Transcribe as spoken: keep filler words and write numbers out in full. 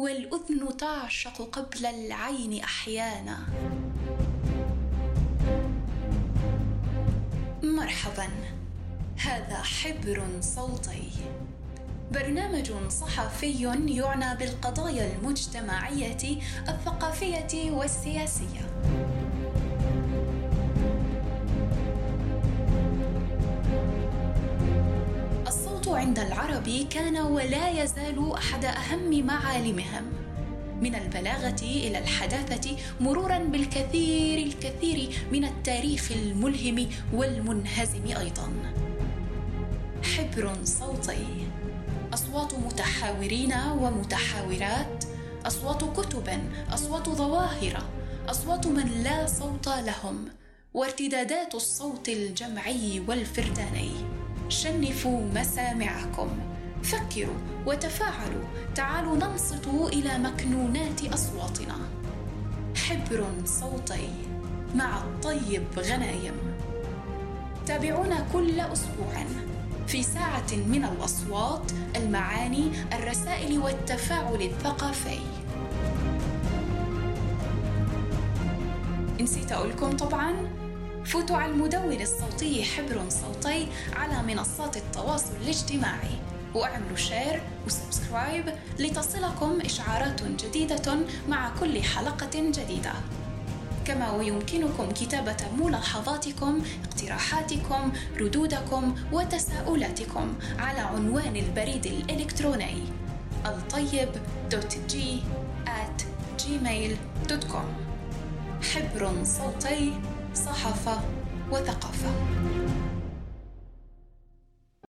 والأذن تعشق قبل العين أحيانا. مرحبا، هذا حبر صوتي، برنامج صحفي يعنى بالقضايا المجتمعية الثقافية والسياسية. الصوت عند العرب كان ولا يزال أحد أهم معالمهم، من البلاغة إلى الحداثة، مروراً بالكثير الكثير من التاريخ الملهم والمنهزم أيضاً. حبر صوتي، أصوات متحاورين ومتحاورات، أصوات كتب، أصوات ظواهر، أصوات من لا صوت لهم، وارتدادات الصوت الجمعي والفرداني. شنفوا مسامعكم، فكروا وتفاعلوا، تعالوا ننصت إلى مكنونات أصواتنا. حبر صوتي مع الطيب غنايم. تابعونا كل أسبوع في ساعة من الأصوات، المعاني، الرسائل والتفاعل الثقافي. نسيت أقولكم طبعاً، فوتوا على المدون الصوتي حبر صوتي على منصات التواصل الاجتماعي، واعملوا شير وسبسكرايب لتصلكم إشعارات جديدة مع كل حلقة جديدة. كما ويمكنكم كتابة ملاحظاتكم، اقتراحاتكم، ردودكم وتساؤلاتكم على عنوان البريد الإلكتروني الطيب دوت جي آت جيميل دوت كوم. حبر صوتي، صحافة وثقافة.